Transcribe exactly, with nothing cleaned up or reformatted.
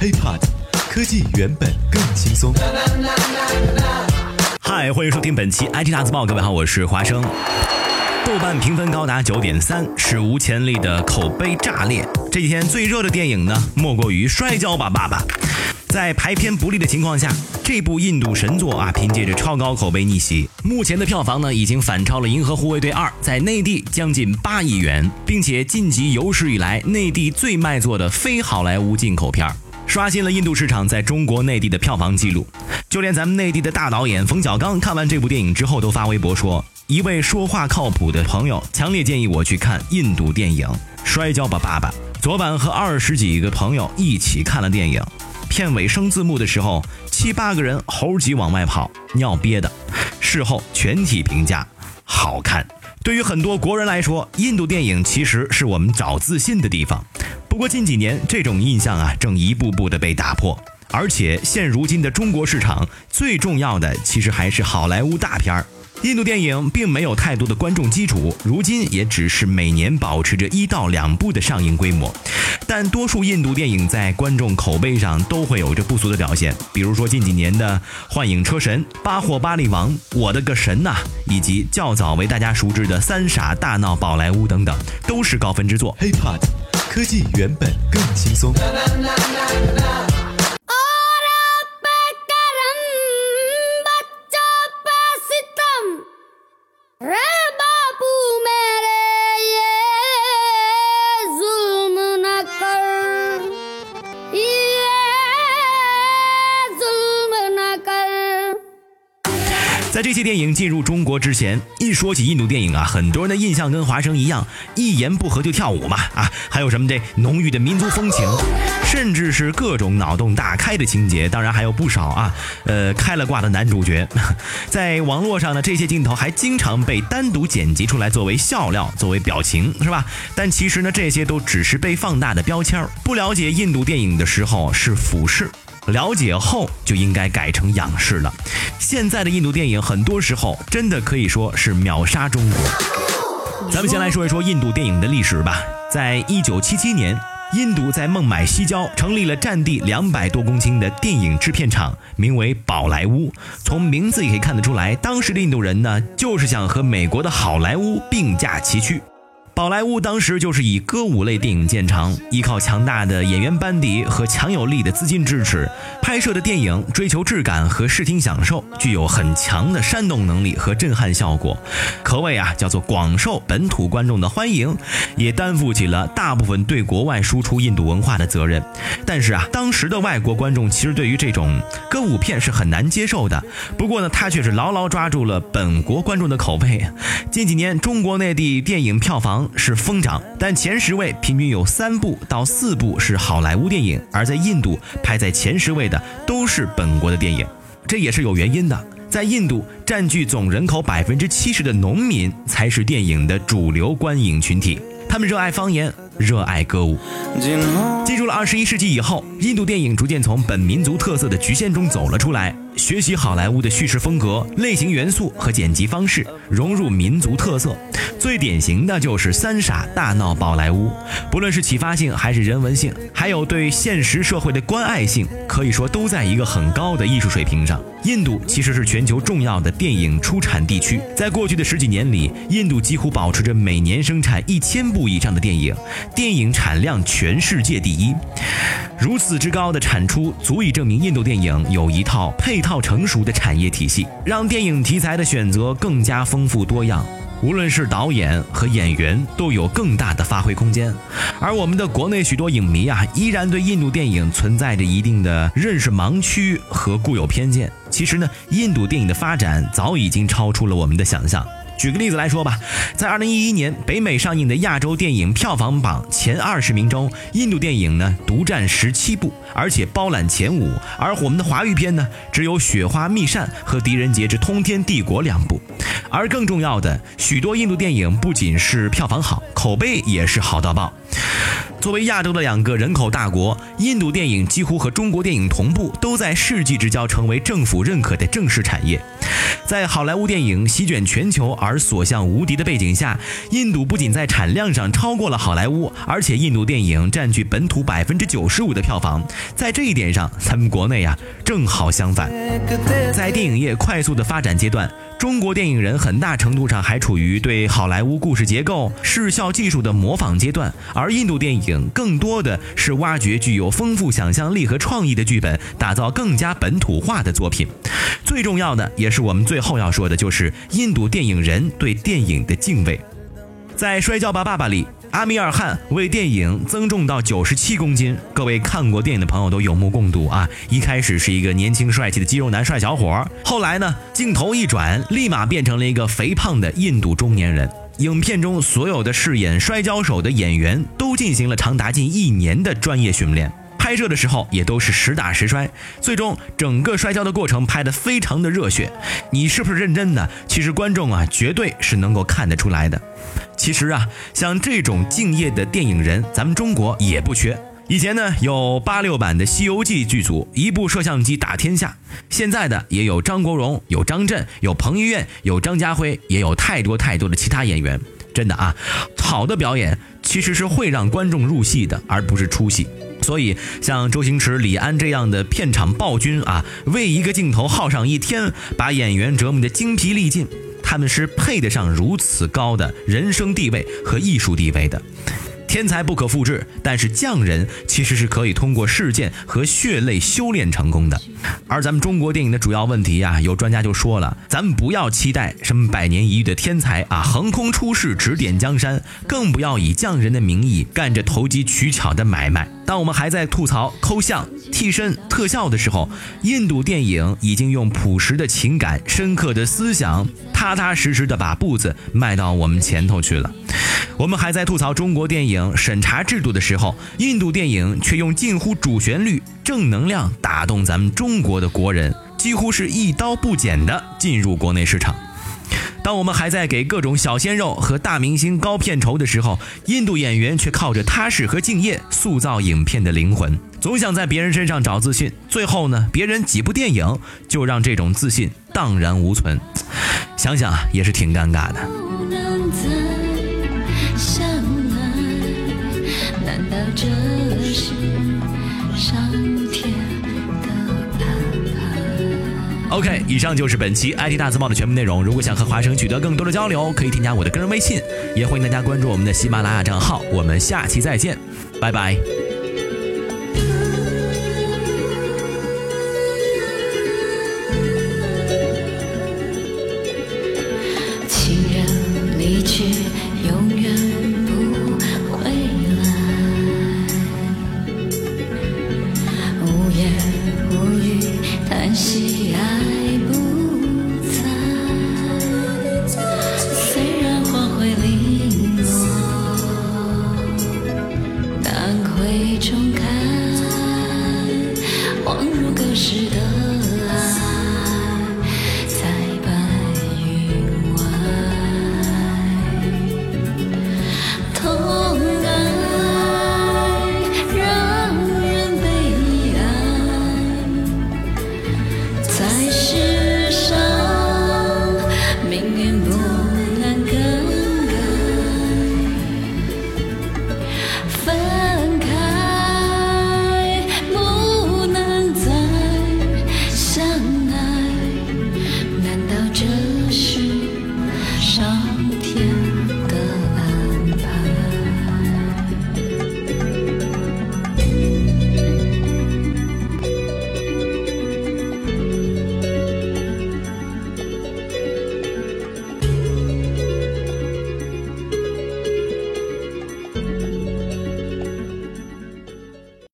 HeyPod， 科技原本更轻松。 嗨，欢迎收听本期 I T 大字报，各位好，我是华生。豆瓣评分高达 九点三， 史无前例的口碑炸裂。这几天最热的电影呢，莫过于《摔跤吧，爸爸》。在排片不利的情况下，这部印度神作啊，凭借着超高口碑逆袭，目前的票房呢已经反超了《银河护卫队二》，在内地将近八亿元，并且晋级有史以来内地最卖座的非好莱坞进口片，刷新了印度市场在中国内地的票房记录。就连咱们内地的大导演冯小刚看完这部电影之后都发微博说，一位说话靠谱的朋友强烈建议我去看印度电影《摔跤吧，爸爸》。昨晚和二十几个朋友一起看了电影，片尾声字幕的时候，七八个人猴急往外跑，尿憋的。事后全体评价好看。对于很多国人来说，印度电影其实是我们找自信的地方。不过近几年这种印象啊，正一步步的被打破。而且现如今的中国市场，最重要的其实还是好莱坞大片儿。印度电影并没有太多的观众基础，如今也只是每年保持着一到两部的上映规模。但多数印度电影在观众口碑上都会有着不俗的表现，比如说近几年的《幻影车神》、《巴霍巴利王》、《我的个神呐、啊》，以及较早为大家熟知的《三傻大闹宝莱坞》等等，都是高分之作。 HeyPod， 科技原本更轻松。 在这些电影进入中国之前，一说起印度电影啊，很多人的印象跟华生一样，一言不合就跳舞嘛啊，还有什么这浓郁的民族风情，甚至是各种脑洞大开的情节，当然还有不少啊，呃，开了挂的男主角。在网络上呢，这些镜头还经常被单独剪辑出来作为笑料，作为表情，是吧？但其实呢，这些都只是被放大的标签。不了解印度电影的时候是俯视，了解后就应该改成仰视了。现在的印度电影很多时候真的可以说是秒杀中国。咱们先来说一说印度电影的历史吧。在一九七七年，印度在孟买西郊成立了占地两百多公顷的电影制片厂，名为宝莱坞。从名字也可以看得出来，当时的印度人呢，就是想和美国的好莱坞并驾齐驱。宝莱坞当时就是以歌舞类电影见长，依靠强大的演员班底和强有力的资金支持，拍摄的电影追求质感和视听享受，具有很强的煽动能力和震撼效果，可谓啊叫做广受本土观众的欢迎，也担负起了大部分对国外输出印度文化的责任。但是啊，当时的外国观众其实对于这种歌舞片是很难接受的，不过呢，他却是牢牢抓住了本国观众的口碑。近几年中国内地电影票房是疯涨，但前十位平均有三部到四部是好莱坞电影，而在印度排在前十位的都是本国的电影。这也是有原因的，在印度占据总人口 百分之七十 的农民才是电影的主流观影群体，他们热爱方言，热爱歌舞。进入了二十一世纪以后，印度电影逐渐从本民族特色的局限中走了出来，学习好莱坞的叙事风格、类型元素和剪辑方式，融入民族特色。最典型的就是三傻大闹宝莱坞，不论是启发性还是人文性，还有对现实社会的关爱性，可以说都在一个很高的艺术水平上。印度其实是全球重要的电影出产地区，在过去的十几年里，印度几乎保持着每年生产一千部以上的电影，电影产量全世界第一。如此之高的产出，足以证明印度电影有一套配套成熟的产业体系，让电影题材的选择更加丰富多样。无论是导演和演员都有更大的发挥空间，而我们的国内许多影迷啊，依然对印度电影存在着一定的认识盲区和固有偏见。其实呢，印度电影的发展早已经超出了我们的想象。举个例子来说吧，在二零一一年北美上映的亚洲电影票房榜前二十名中，印度电影呢独占十七部，而且包揽前五，而我们的华语片呢只有《雪花秘扇》和《狄仁杰之通天帝国》两部。而更重要的，许多印度电影不仅是票房好，口碑也是好到爆。 作为亚洲的两个人口大国，印度电影几乎和中国电影同步，都在世纪之交成为政府认可的正式产业。在好莱坞电影席卷全球而所向无敌的背景下，印度不仅在产量上超过了好莱坞，而且印度电影占据本土百分之九十五的票房。在这一点上，咱们国内啊正好相反。在电影业快速的发展阶段，中国电影人很大程度上还处于对好莱坞故事结构、视效技术的模仿阶段，而印度电影更多的是挖掘具有丰富想象力和创意的剧本，打造更加本土化的作品。最重要的，也是我们最后要说的，就是印度电影人对电影的敬畏。在《摔跤吧，爸爸》里，阿米尔汗为电影增重到九十七公斤，各位看过电影的朋友都有目共睹啊！一开始是一个年轻帅气的肌肉男帅小伙，后来呢，镜头一转，立马变成了一个肥胖的印度中年人。影片中所有的饰演摔跤手的演员都进行了长达近一年的专业训练，拍摄的时候也都是实打实摔，最终整个摔跤的过程拍得非常的热血。你是不是认真的？其实观众啊，绝对是能够看得出来的。其实啊，像这种敬业的电影人，咱们中国也不缺。以前呢，有八六版的《西游记》剧组，一部摄像机打天下。现在的也有张国荣，有张震，有彭于晏，有张家辉，也有太多太多的其他演员。真的啊，好的表演其实是会让观众入戏的，而不是出戏。所以像周星驰、李安这样的片场暴君啊，为一个镜头耗上一天，把演员折磨得精疲力尽，他们是配得上如此高的人生地位和艺术地位的。天才不可复制，但是匠人其实是可以通过事件和血泪修炼成功的。而咱们中国电影的主要问题啊，有专家就说了，咱们不要期待什么百年一遇的天才啊，横空出世指点江山，更不要以匠人的名义干着投机取巧的买卖。当我们还在吐槽抠像、替身、特效的时候，印度电影已经用朴实的情感、深刻的思想，踏踏实实的把步子迈到我们前头去了。我们还在吐槽中国电影审查制度的时候，印度电影却用近乎主旋律、正能量打动咱们中国的国人，几乎是一刀不剪的进入国内市场。当我们还在给各种小鲜肉和大明星高片酬的时候，印度演员却靠着踏实和敬业塑造影片的灵魂，总想在别人身上找自信，最后呢，别人几部电影就让这种自信荡然无存，想想也是挺尴尬的。难道这是上天的安排 ？OK， 以上就是本期 I T 大字报的全部内容。如果想和华生取得更多的交流，可以添加我的个人微信，也欢迎大家关注我们的喜马拉雅账号。我们下期再见，拜拜。 情人离去，永远不回来，无言无语，叹息爱不在。虽然花会零落，但会重开，恍如隔世的